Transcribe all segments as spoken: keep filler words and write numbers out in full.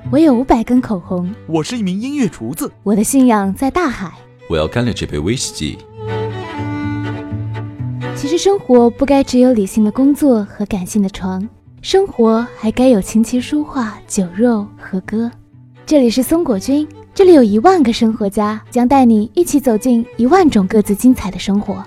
我有五百根口红。 我是一名音乐厨子。 我的信仰在大海。 我要干了这杯威士忌。 其实生活不该只有理性的工作和感性的床，生活还该有琴棋书画、酒肉和歌。这里是松果君，这里有一万个生活家，将带你一起走进一万种各自精彩的生活。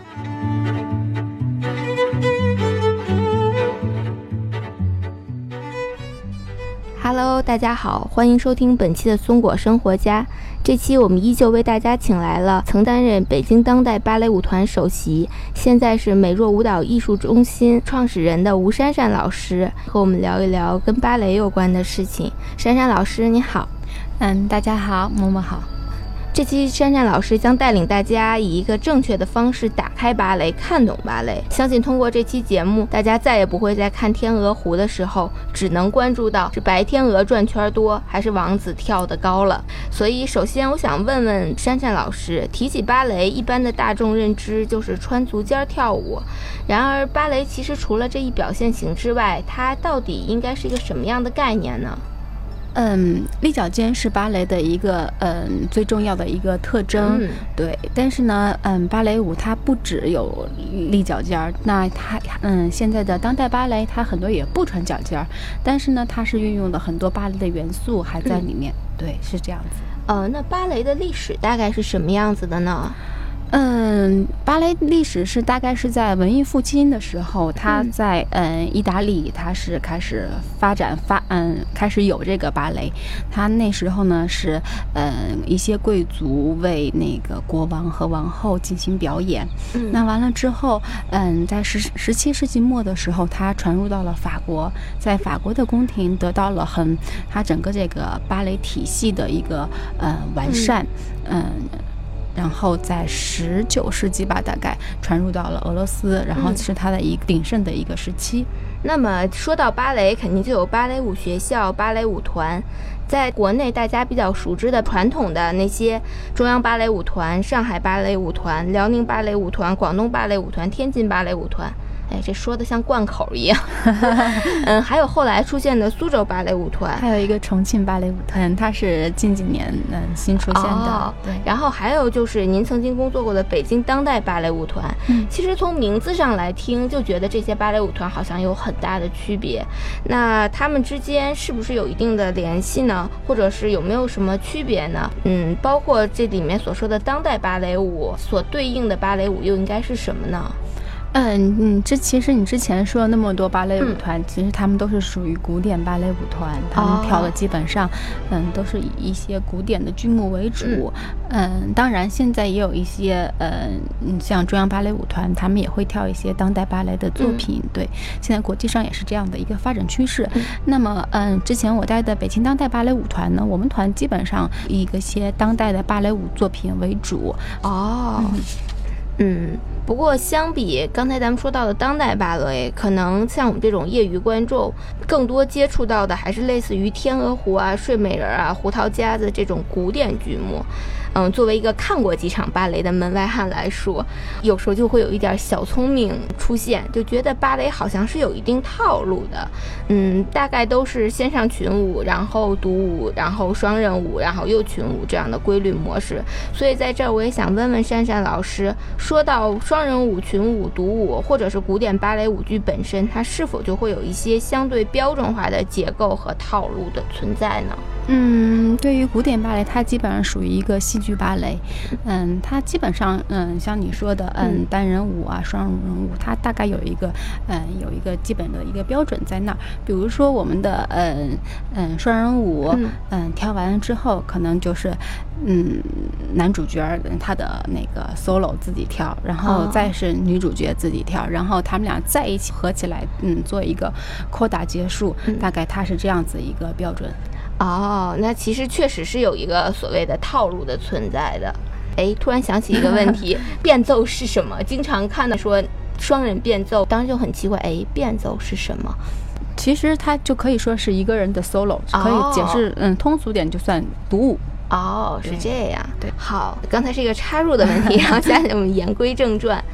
Hello， 大家好，欢迎收听本期的松果生活家。这期我们依旧为大家请来了曾担任北京当代芭蕾舞团首席，现在是美若舞蹈艺术中心创始人的吴珊珊老师，和我们聊一聊跟芭蕾有关的事情。珊珊老师你好。 嗯，大家好，默默好。 这期珊珊老师将带领大家以一个正确的方式打开芭蕾，看懂芭蕾。相信通过这期节目，大家再也不会在看天鹅湖的时候只能关注到是白天鹅转圈多还是王子跳得高了。所以首先我想问问珊珊老师，提起芭蕾，一般的大众认知就是穿足尖跳舞，然而芭蕾其实除了这一表现形之外，它到底应该是一个什么样的概念呢？ 嗯，立脚尖是芭蕾的一个嗯最重要的一个特征，嗯、对。但是呢，嗯，芭蕾舞它不只有立脚尖，那它嗯现在的当代芭蕾它很多也不穿脚尖，但是呢，它是运用了很多芭蕾的元素还在里面，嗯、对，是这样子。 呃，那芭蕾的历史大概是什么样子的呢？ 嗯，芭蕾历史是大概是在文艺复兴的时候，它在嗯意大利，它是开始发展发嗯开始有这个芭蕾。它那时候呢是嗯一些贵族为那个国王和王后进行表演。嗯、那完了之后，嗯，在十十七世纪末的时候，它传入到了法国，在法国的宫廷得到了很它整个这个芭蕾体系的一个呃完善，嗯。嗯然后在十九世纪吧，大概传入到了俄罗斯，然后是它的一个鼎盛的一个时期。 嗯、那么说到芭蕾，肯定就有芭蕾舞学校、芭蕾舞团。在国内大家比较熟知的传统的那些中央芭蕾舞团、上海芭蕾舞团、辽宁芭蕾舞团、广东芭蕾舞团、天津芭蕾舞团。哎，这说的像贯口一样。嗯，还有后来出现的苏州芭蕾舞团， 还有一个重庆芭蕾舞团，它是近几年嗯新出现的。 哦、对。然后还有就是您曾经工作过的北京当代芭蕾舞团。嗯，其实从名字上来听，就觉得这些芭蕾舞团好像有很大的区别。那他们之间是不是有一定的联系呢？或者是有没有什么区别呢？嗯，包括这里面所说的当代芭蕾舞所对应的芭蕾舞又应该是什么呢？ 嗯嗯，这其实你之前说了那么多芭蕾舞团，嗯、其实他们都是属于古典芭蕾舞团，他们跳的基本上，哦、嗯，都是以一些古典的剧目为主。嗯, 嗯，当然现在也有一些，嗯，像中央芭蕾舞团，他们也会跳一些当代芭蕾的作品。嗯、对，现在国际上也是这样的一个发展趋势。嗯、那么，嗯，之前我带的北京当代芭蕾舞团呢，我们团基本上以一些当代的芭蕾舞作品为主。 哦。嗯嗯，不过相比刚才咱们说到的当代芭蕾，可能像我们这种业余观众更多接触到的还是类似于天鹅湖啊、睡美人啊、胡桃夹子这种古典剧目。嗯，作为一个看过几场芭蕾的门外汉来说，有时候就会有一点小聪明出现，就觉得芭蕾好像是有一定套路的。嗯，大概都是先上群舞，然后独舞，然后双人舞，然后又群舞这样的规律模式。所以在这儿我也想问问珊珊老师，说到双人舞、群舞、独舞，或者是古典芭蕾舞剧本身，它是否就会有一些相对标准化的结构和套路的存在呢？ 嗯，对于古典芭蕾，它基本上属于一个戏剧芭蕾。嗯，它基本上，嗯，像你说的，嗯，单人舞啊、双人舞，它大概有一个，嗯，有一个基本的一个标准在那儿。比如说我们的，嗯嗯，双人舞，嗯，跳完了之后，可能就是，嗯，男主角他的那个 solo 自己跳，然后再是女主角自己跳，然后他们俩在一起合起来，嗯，做一个 coda 结束，大概它是这样子一个标准。 哦，那其实确实是有一个所谓的套路的存在的。哎，突然想起一个问题，变奏是什么？经常看到说双人变奏，当时就很奇怪，哎，变奏是什么？ 其实它就可以说是一个人的 solo， 可以解释，哦、嗯，通俗点就算独舞。 哦，是这样。 对， 好，刚才是一个插入的问题，然后下面我们言归正传。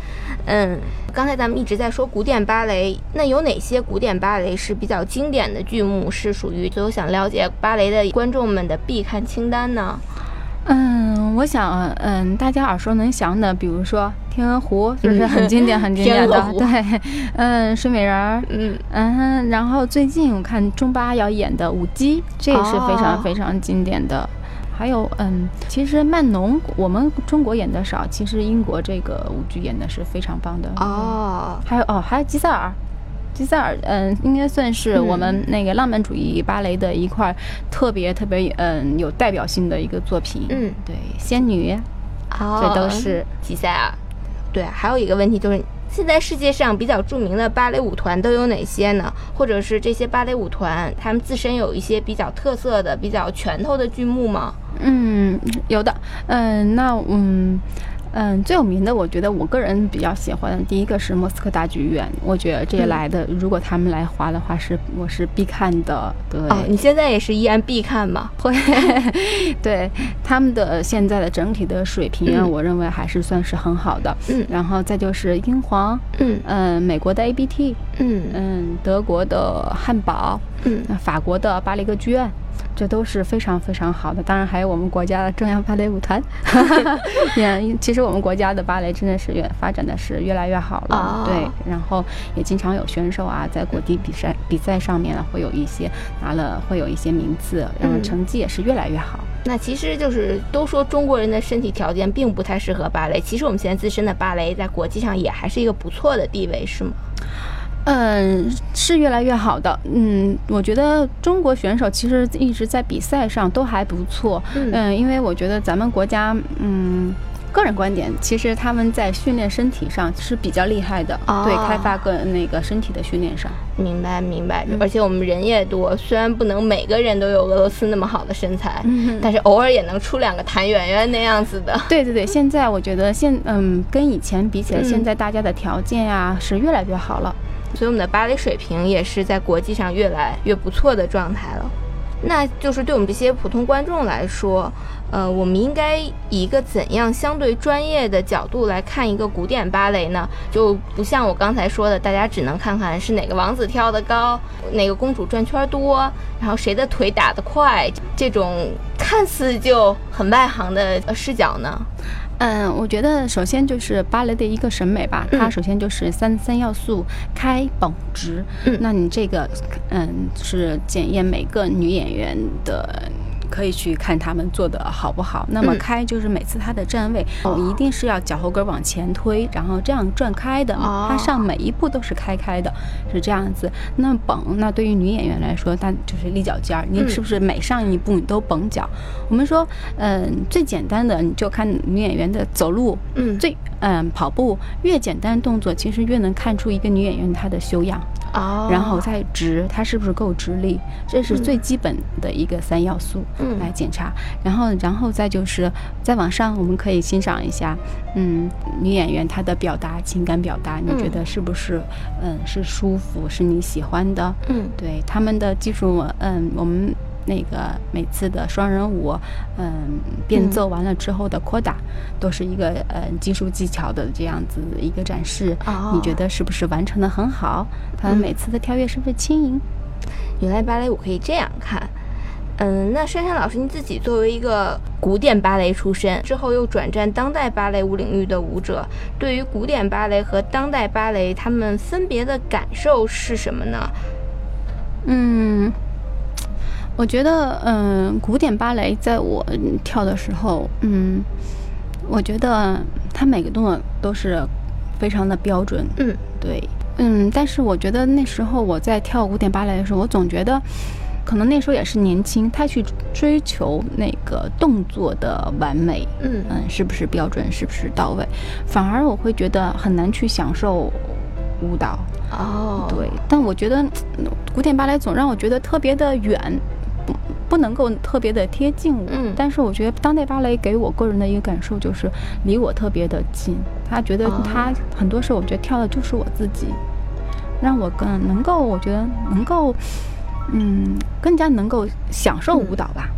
嗯，刚才咱们一直在说古典芭蕾，那有哪些古典芭蕾是比较经典的剧目，是属于所有想了解芭蕾的观众们的必看清单呢？ 嗯，我想，嗯，大家耳熟能详的，比如说《天鹅湖》，就是很经典、很经典的，对，嗯，睡美人儿，嗯嗯，然后最近我看中巴要演的《舞姬》，这也是非常非常经典的。哦，还有，嗯，其实曼农我们中国演的少，其实英国这个舞剧演的是非常棒的。哦，还有哦，还有吉赛尔。吉赛尔，嗯，应该算是我们那个浪漫主义芭蕾的一块特别特别嗯有代表性的一个作品。嗯，对，仙女，哦，这都是吉赛尔。对，还有一个问题就是，现在世界上比较著名的芭蕾舞团都有哪些呢？或者是这些芭蕾舞团，他们自身有一些比较特色的、比较拳头的剧目吗？ 嗯，有的。嗯，那嗯。嗯，最有名的，我觉得我个人比较喜欢的，第一个是莫斯科大剧院。我觉得这来的，嗯、如果他们来华的话，是我是必看的。对， 哦，你现在也是依然必看吗？ 会，对他们的现在的整体的水平啊，嗯、我认为还是算是很好的。嗯，然后再就是英皇，嗯嗯，美国的 A B T， 嗯嗯，德国的汉堡，嗯，法国的巴黎歌剧院。这都是非常非常好的，当然还有我们国家的中央芭蕾舞团。也其实我们国家的芭蕾真的是越发展的是越来越好了，哦、对，然后也经常有选手啊在国际比赛比赛上面会有一些拿了会有一些名次，然后成绩也是越来越好。 嗯、那其实就是都说中国人的身体条件并不太适合芭蕾，其实我们现在自身的芭蕾在国际上也还是一个不错的地位，是吗？ 嗯，是越来越好的。嗯，我觉得中国选手其实一直在比赛上都还不错。嗯，嗯因为我觉得咱们国家，嗯，个人观点，其实他们在训练身体上是比较厉害的。哦、对，开发个那个身体的训练上。 明白，明白。嗯、而且我们人也多，虽然不能每个人都有俄罗斯那么好的身材，嗯、但是偶尔也能出两个谭圆圆那样子的。 对对对，现在我觉得现嗯跟以前比起来，嗯、现在大家的条件呀、啊、是越来越好了。 所以我们的芭蕾水平也是在国际上越来越不错的状态了。那就是对我们这些普通观众来说，呃，我们应该以一个怎样相对专业的角度来看一个古典芭蕾呢？就不像我刚才说的，大家只能看看是哪个王子跳得高，哪个公主转圈多，然后谁的腿打得快，这种看似就很外行的视角呢。 嗯，我觉得首先就是芭蕾的一个审美吧，嗯、它首先就是三三要素：开、绷、直。嗯，那你这个，嗯，是检验每个女演员的。可以去看他们做的好不好。那么开就是每次他的站位，我、嗯、一定是要脚后跟往前推，然后这样转开的。哦、他上每一步都是开开的，是这样子。那绷，那对于女演员来说，她就是立脚尖儿，你是不是每上一步你都绷脚？嗯、我们说，嗯，最简单的你就看女演员的走路，嗯，最嗯跑步，越简单的动作，其实越能看出一个女演员她的修养。哦，然后再直，它是不是够直立？这是最基本的一个三要素来检查。嗯、然后，然后再就是再往上，我们可以欣赏一下，嗯，女演员她的表达、情感表达，你觉得是不是嗯是舒服，是你喜欢的？嗯，对，他们的技术，嗯，我们。那个每次的双人舞，嗯，变奏完了之后的扩打，嗯、都是一个呃技术技巧的这样子一个展示。哦、你觉得是不是完成的很好？他每次的跳跃是不是轻盈？ 原来芭蕾舞可以这样看。嗯，那珊珊老师，您自己作为一个古典芭蕾出身，之后又转战当代芭蕾舞领域的舞者，对于古典芭蕾和当代芭蕾，他们分别的感受是什么呢？ 嗯。我觉得，嗯，古典芭蕾在我跳的时候，嗯，我觉得它每个动作都是非常的标准，嗯，对，嗯，但是我觉得那时候我在跳古典芭蕾的时候，我总觉得，可能那时候也是年轻，太去追求那个动作的完美，嗯嗯，是不是标准，是不是到位，反而我会觉得很难去享受舞蹈。哦，对，但我觉得古典芭蕾总让我觉得特别的远。不能够特别的贴近我，嗯，但是我觉得当代芭蕾给我个人的一个感受就是离我特别的近。他觉得他很多时候我觉得跳的就是我自己，让我更能够，我觉得能够，嗯，更加能够享受舞蹈吧。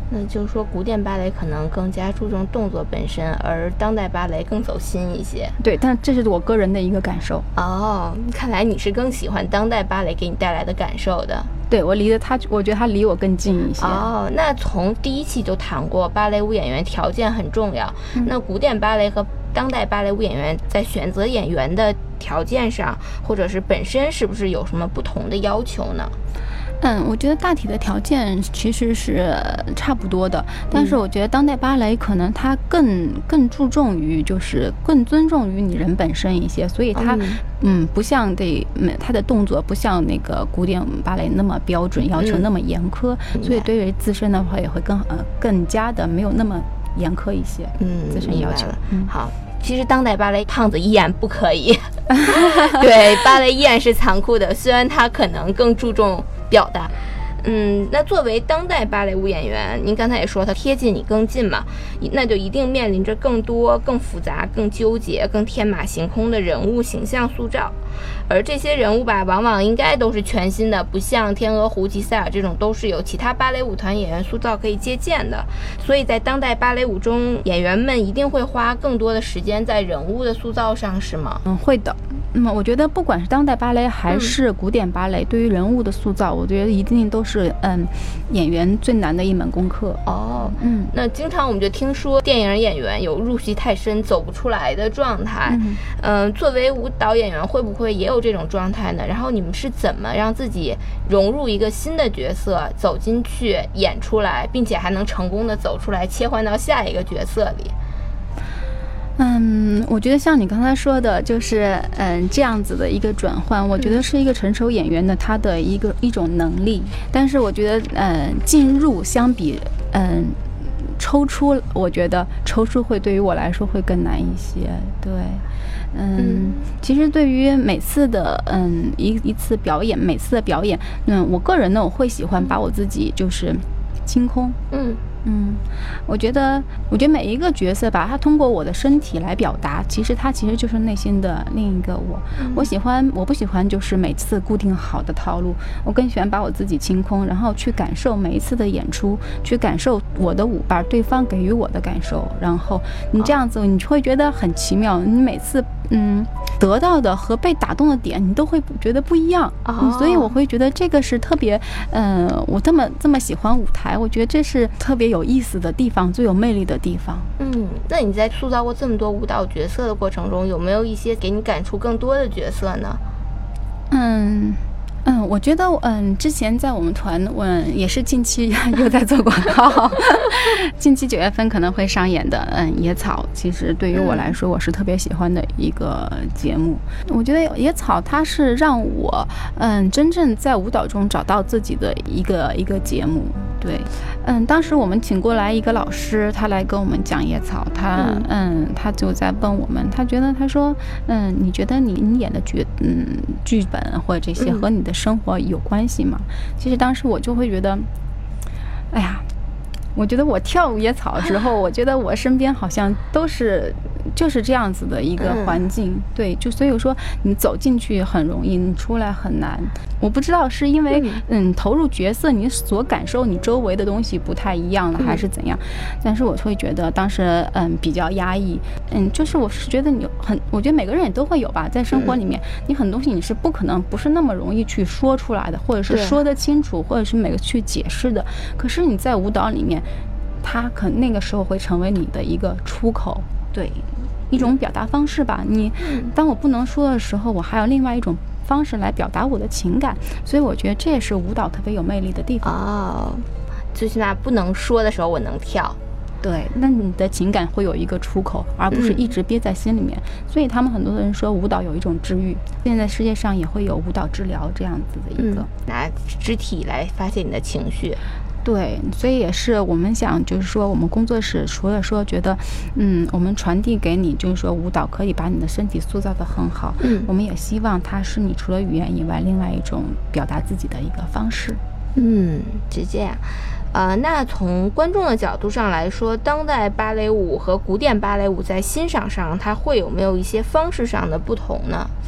那就是说，古典芭蕾可能更加注重动作本身，而当代芭蕾更走心一些。 对，但这是我个人的一个感受。 哦，看来你是更喜欢当代芭蕾给你带来的感受的。 对，我离得他，我觉得他离我更近一些。 哦，那从第一期就谈过，芭蕾舞演员条件很重要。嗯、那古典芭蕾和当代芭蕾舞演员在选择演员的条件上，或者是本身是不是有什么不同的要求呢？ 嗯，我觉得大体的条件其实是差不多的，但是我觉得当代芭蕾可能它更更注重于就是更尊重于你人本身一些，所以它 嗯, 嗯不像对它的动作不像那个古典芭蕾那么标准，要求那么严苛，嗯、所以对于自身的话也会更呃更加的没有那么严苛一些。 嗯， 自身要求。 嗯，好。其实当代芭蕾胖子依然不可以，对，芭蕾依然是残酷的，虽然它可能更注重表达。嗯，那作为当代芭蕾舞演员，您刚才也说它贴近你更近嘛，那就一定面临着更多、更复杂、更纠结、更天马行空的人物形象塑造，而这些人物吧，往往应该都是全新的，不像天鹅湖、吉赛尔这种都是有其他芭蕾舞团演员塑造可以借鉴的。所以在当代芭蕾舞中，演员们一定会花更多的时间在人物的塑造上，是吗？ 嗯，会的。那么、嗯、我觉得不管是当代芭蕾还是古典芭蕾、嗯、对于人物的塑造，我觉得一定都是嗯演员最难的一门功课。 哦，嗯，那经常我们就听说电影演员有入戏太深走不出来的状态，嗯、呃，作为舞蹈演员会不会也有这种状态呢？然后你们是怎么让自己融入一个新的角色，走进去演出来，并且还能成功的走出来，切换到下一个角色里？ 嗯，我觉得像你刚才说的，就是嗯这样子的一个转换，我觉得是一个成熟演员的他的一个一种能力。但是我觉得，嗯，进入相比嗯抽出，我觉得抽出会对于我来说会更难一些。对，嗯，其实对于每次的嗯一一次表演，每次的表演，嗯，我个人呢，我会喜欢把我自己就是清空，嗯。嗯，我觉得，我觉得每一个角色吧，他通过我的身体来表达，其实他其实就是内心的另一个我。嗯、我喜欢，我不喜欢就是每次固定好的套路，我更喜欢把我自己清空，然后去感受每一次的演出，去感受我的舞伴对方给予我的感受，然后你这样子，你会觉得很奇妙。你每次嗯得到的和被打动的点，你都会觉得不一样。哦嗯、所以我会觉得这个是特别，嗯、呃，我这么这么喜欢舞台，我觉得这是特别有意思的地方，最有魅力的地方。 嗯，那你在塑造过这么多舞蹈角色的过程中，有没有一些给你感触更多的角色呢？ 嗯嗯，我觉得嗯，之前在我们团，嗯，也是近期又在做广告，近期九月份可能会上演的，嗯，野草，其实对于我来说，我是特别喜欢的一个节目。我觉得野草它是让我嗯真正在舞蹈中找到自己的一个一个节目。对，嗯，当时我们请过来一个老师，他来跟我们讲野草，他嗯，他就在问我们，他觉得他说，嗯，你觉得你你演的剧嗯剧本或者这些和你的生活有关系吗？其实当时我就会觉得，哎呀，我觉得我跳舞野草之后，我觉得我身边好像都是就是这样子的一个环境，嗯、对，就所以我说你走进去很容易，你出来很难。我不知道是因为 嗯, 嗯投入角色，你所感受你周围的东西不太一样了，还是怎样？但是我会觉得当时嗯比较压抑，嗯，就是我是觉得你很，我觉得每个人也都会有吧，在生活里面，你很多东西你是不可能不是那么容易去说出来的，或者是说得清楚，或者是每个去解释的。可是你在舞蹈里面，它可能那个时候会成为你的一个出口，对，一种表达方式吧。你当我不能说的时候，我还有另外一种方式来表达我的情感，所以我觉得这也是舞蹈特别有魅力的地方。 哦，最起码不能说的时候我能跳。 对，那你的情感会有一个出口，而不是一直憋在心里面。嗯、所以他们很多人说舞蹈有一种治愈，现在世界上也会有舞蹈治疗这样子的一个，嗯、 拿肢体来发泄你的情绪。 对，所以也是我们想，就是说我们工作室除了说觉得，嗯，我们传递给你，就是说舞蹈可以把你的身体塑造得很好，嗯，我们也希望它是你除了语言以外另外一种表达自己的一个方式。 嗯，是这样。呃，那从观众的角度上来说，当代芭蕾舞和古典芭蕾舞在欣赏上，它会有没有一些方式上的不同呢？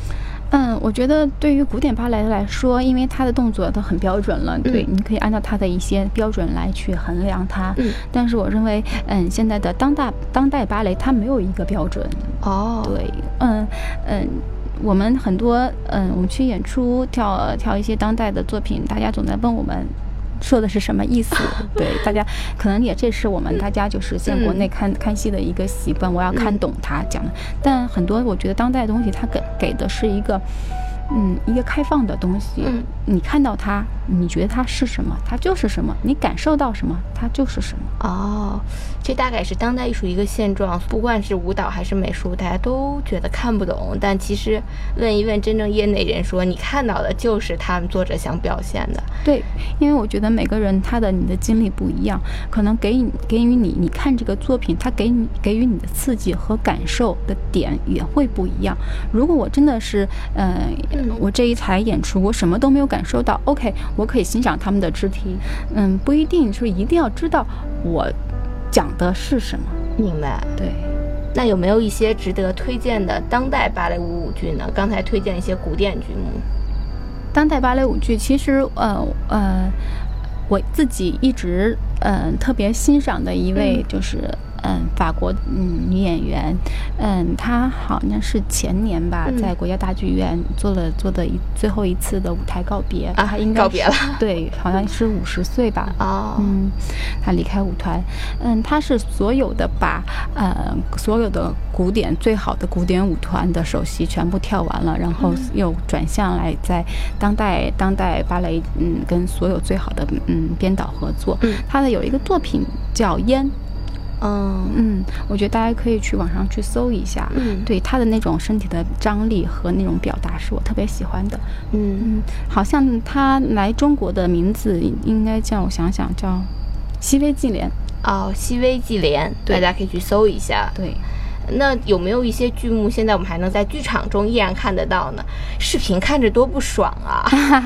嗯，我觉得对于古典芭蕾来说，因为它的动作都很标准了，对，你可以按照它的一些标准来去衡量它。 嗯， 但是我认为，嗯，现在的当代当代芭蕾它没有一个标准。 哦， 对，嗯嗯。我们很多，嗯，我们去演出跳跳一些当代的作品，大家总在问我们说的是什么意思。对，大家可能也这是我们大家就是在国内看、嗯、看戏的一个习惯，我要看懂它讲的。但很多我觉得当代的东西，它给给的是一个。嗯，一个开放的东西，嗯，你看到它，你觉得它是什么，它就是什么；你感受到什么，它就是什么。 哦，这大概是当代艺术一个现状，不管是舞蹈还是美术，大家都觉得看不懂。但其实问一问真正业内人说，你看到的就是他们作者想表现的。 对，因为我觉得每个人他的你的经历不一样，可能给你给予你你看这个作品，它给你给予你的刺激和感受的点也会不一样。如果我真的是，呃。我这一台演出我什么都没有感受到 OK 我可以欣赏他们的肢体，嗯，不一定说一定要知道我讲的是什么。 明白。 对， 那有没有一些值得推荐的当代芭蕾舞舞剧呢？刚才推荐一些古典剧目。 当代芭蕾舞剧其实呃呃我自己一直嗯、呃、特别欣赏的一位就是、嗯嗯，法国嗯女演员，嗯，她好像是前年吧，嗯、在国家大剧院做了做的一最后一次的舞台告别啊， 她应该告别了， 对，好像是五十岁吧， 哦， 嗯，她离开舞团，嗯，她是所有的把呃所有的古典最好的古典舞团的首席全部跳完了，然后又转向来在当代当代芭蕾，嗯，跟所有最好的嗯编导合作， 嗯， 她的有一个作品叫《烟》。 嗯嗯，我觉得大家可以去网上去搜一下， 嗯， 对他的那种身体的张力和那种表达是我特别喜欢的， 嗯嗯，好像他来中国的名字应该叫我想想叫熹微纪莲， 哦，熹微纪莲，大家可以去搜一下， 对。 那有没有一些剧目现在我们还能在剧场中依然看得到呢？视频看着多不爽啊！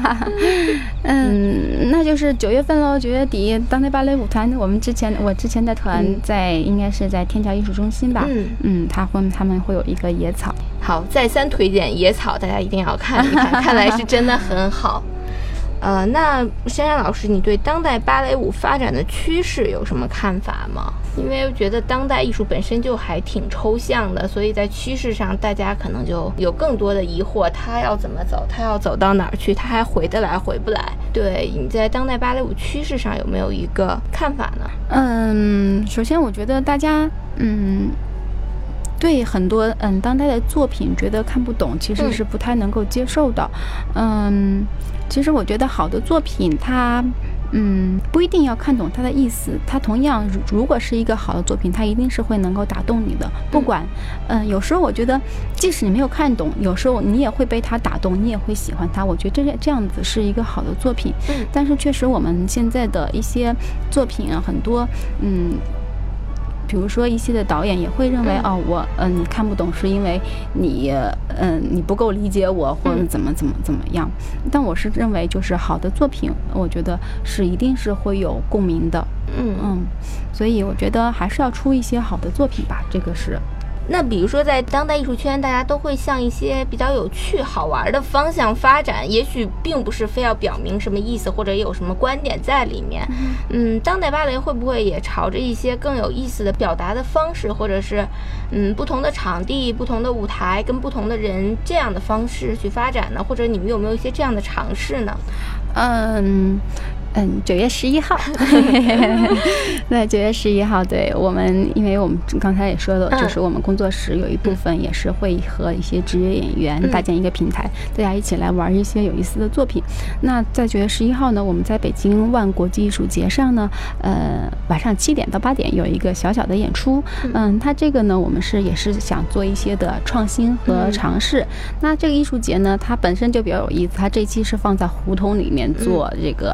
嗯，那就是九月份喽，九月底当代芭蕾舞团，我们之前我之前的团在、嗯、应该是在天桥艺术中心吧？ 嗯嗯，他会他们会有一个野草。 好，再三推荐野草，大家一定要看一看，看来是真的很好。呃，那珊珊老师，你对当代芭蕾舞发展的趋势有什么看法吗？因为我觉得当代艺术本身就还挺抽象的，所以在趋势上，大家可能就有更多的疑惑，它要怎么走，它要走到哪儿去，它还回得来回不来？对，你在当代芭蕾舞趋势上有没有一个看法呢？ 嗯，首先我觉得大家，嗯。对很多嗯当代的作品觉得看不懂，其实是不太能够接受的。嗯，嗯其实我觉得好的作品它嗯不一定要看懂它的意思，它同样如果是一个好的作品，它一定是会能够打动你的。不管嗯有时候我觉得即使你没有看懂，有时候你也会被它打动，你也会喜欢它。我觉得这这样子是一个好的作品。 嗯， 但是确实我们现在的一些作品啊，很多嗯。比如说一些的导演也会认为、嗯、哦我嗯、呃、你看不懂是因为你嗯、呃、你不够理解我或者怎么怎么怎么样，但我是认为就是好的作品我觉得是一定是会有共鸣的。 嗯嗯，所以我觉得还是要出一些好的作品吧，这个是。 那比如说在当代艺术圈，大家都会向一些比较有趣好玩的方向发展，也许并不是非要表明什么意思或者有什么观点在里面。嗯，当代芭蕾会不会也朝着一些更有意思的表达的方式，或者是嗯不同的场地、不同的舞台跟不同的人这样的方式去发展呢？或者你们有没有一些这样的尝试呢？ 嗯嗯，九月十一号，对，九月十一号，对我们，因为我们刚才也说了，嗯、就是我们工作室有一部分也是会和一些职业演员搭建一个平台，嗯、大家一起来玩一些有意思的作品。那在九月十一号呢，我们在北京万国际艺术节上呢，呃，晚上七点到八点有一个小小的演出。嗯，它这个呢，我们是也是想做一些的创新和尝试。嗯、那这个艺术节呢，它本身就比较有意思，它这期是放在胡同里面做这个。嗯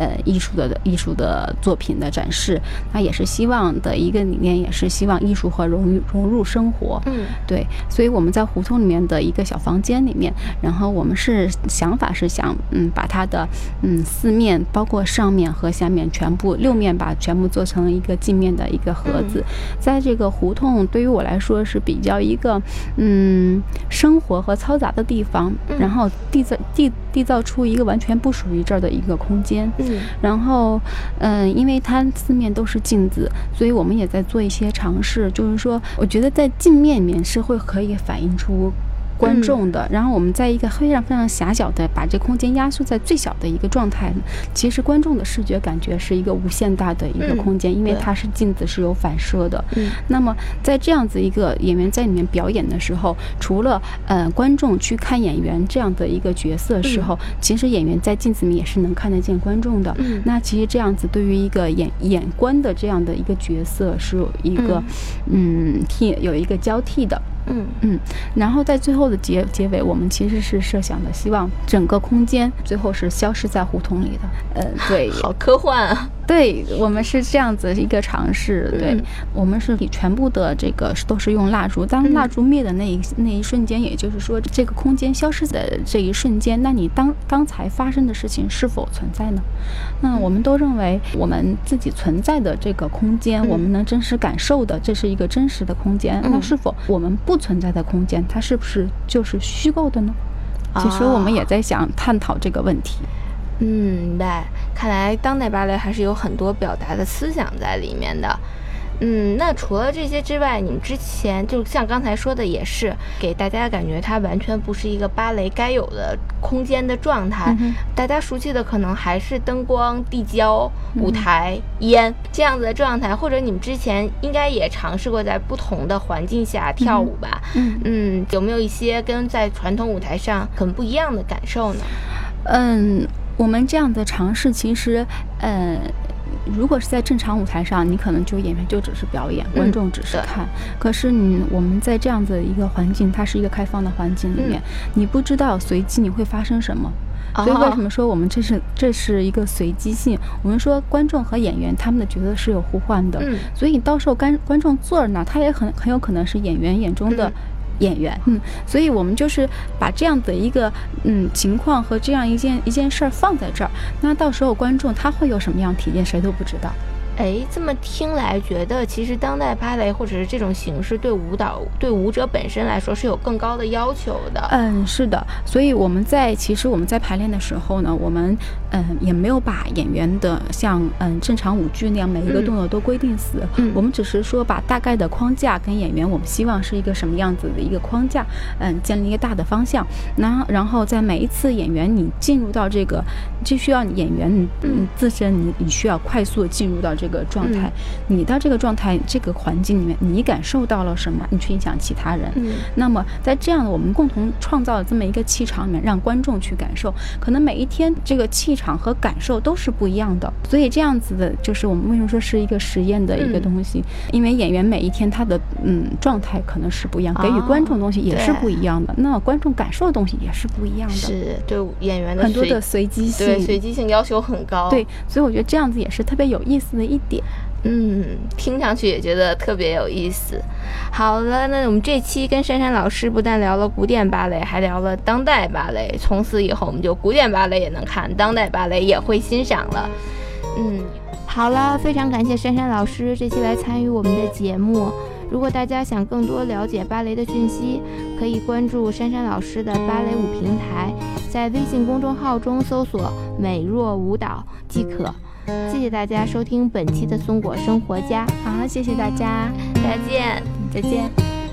呃艺术的艺术的作品的展示。那也是希望的一个理念，也是希望艺术和融融入生活。 嗯， 对，所以我们在胡同里面的一个小房间里面，然后我们是想法是想，嗯，把它的嗯四面，包括上面和下面全部六面吧，全部做成一个镜面的一个盒子。嗯、在这个胡同对于我来说是比较一个嗯生活和嘈杂的地方， 嗯、 然后缔造缔缔造出一个完全不属于这儿的一个空间。 嗯， 然后嗯，因为它四面都是镜子，所以我们也在做一些尝试，就是说，我觉得在镜面里面是会可以反映出观众的，嗯、然后我们在一个非常非常狭小的把这空间压缩在最小的一个状态，其实观众的视觉感觉是一个无限大的一个空间，嗯、因为它是镜子是有反射的。 嗯， 那么在这样子一个演员在里面表演的时候，除了呃观众去看演员这样的一个角色的时候，嗯、其实演员在镜子里也是能看得见观众的。 嗯， 那其实这样子对于一个演演官的这样的一个角色是有一个嗯替有一个交替的。 嗯嗯，然后在最后的结结尾，我们其实是设想的，希望整个空间最后是消失在胡同里的。呃，对， 好科幻啊！ 对，我们是这样子一个尝试。对， 嗯、 我们是全部的这个都是用蜡烛，当蜡烛灭的那一、嗯、那一瞬间，也就是说这个空间消失的这一瞬间，那你当刚才发生的事情是否存在呢？嗯，我们都认为我们自己存在的这个空间，嗯、我们能真实感受的，这是一个真实的空间。嗯、那是否我们不存在的空间，它是不是就是虚构的呢？其实我们也在想探讨这个问题。 嗯，明白。看来当代芭蕾还是有很多表达的思想在里面的。嗯，那除了这些之外，你们之前就像刚才说的，也是给大家感觉它完全不是一个芭蕾该有的空间的状态。嗯、大家熟悉的可能还是灯光、地胶、舞台、嗯、烟这样子的状态，或者你们之前应该也尝试过在不同的环境下跳舞吧？ 嗯嗯, 嗯，有没有一些跟在传统舞台上很不一样的感受呢？ 嗯，我们这样的尝试其实，呃。如果是在正常舞台上，你可能就演员就只是表演，观众只是看。嗯、可是你我们在这样的一个环境，它是一个开放的环境里面，嗯、你不知道随机你会发生什么。所以为什么说我们这是这是一个随机性？我们说观众和演员他们的角色是有互换的， 嗯、 所以到时候观观众坐在那，他也很很有可能是演员眼中的。嗯演员，嗯，所以我们就是把这样的一个嗯情况和这样一件一件事儿放在这儿，那到时候观众他会有什么样体验，谁都不知道。 哎，这么听来，觉得其实当代芭蕾或者是这种形式对舞蹈、对舞者本身来说是有更高的要求的。 嗯，是的。所以我们在其实我们在排练的时候呢，我们嗯也没有把演员的像嗯正常舞剧那样每一个动作都规定死。 嗯， 我们只是说把大概的框架跟演员，我们希望是一个什么样子的一个框架，嗯，建立一个大的方向。然后，然后在每一次演员你进入到这个，就需要演员嗯自身你你需要快速的进入到这个。这个状态，嗯、你到这个状态、这个环境里面，你感受到了什么？你去影响其他人。 嗯， 那么在这样的我们共同创造的这么一个气场里面，让观众去感受，可能每一天这个气场和感受都是不一样的。所以这样子的，就是我们为什么说是一个实验的一个东西？嗯、因为演员每一天他的嗯状态可能是不一样，给予观众的东西也是不一样的。哦、那观众感受的东西也是不一样的。 是对演员的很多的随机性， 对随机性要求很高。 对，所以我觉得这样子也是特别有意思的一点。 嗯，听上去也觉得特别有意思。好了，那我们这期跟珊珊老师不但聊了古典芭蕾，还聊了当代芭蕾。从此以后，我们就古典芭蕾也能看，当代芭蕾也会欣赏了。嗯，好了，非常感谢珊珊老师这期来参与我们的节目。如果大家想更多了解芭蕾的讯息，可以关注珊珊老师的芭蕾舞平台，在微信公众号中搜索“美若舞蹈”即可。谢谢大家收听本期的松果生活家。 好，谢谢大家， 再见， 再见。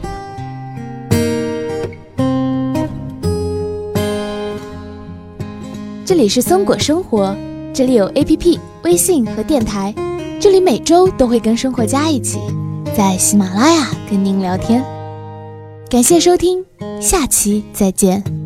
这里是松果生活，这里有 A P P、微信和电台，这里每周都会跟生活家一起在喜马拉雅跟您聊天。感谢收听，下期再见。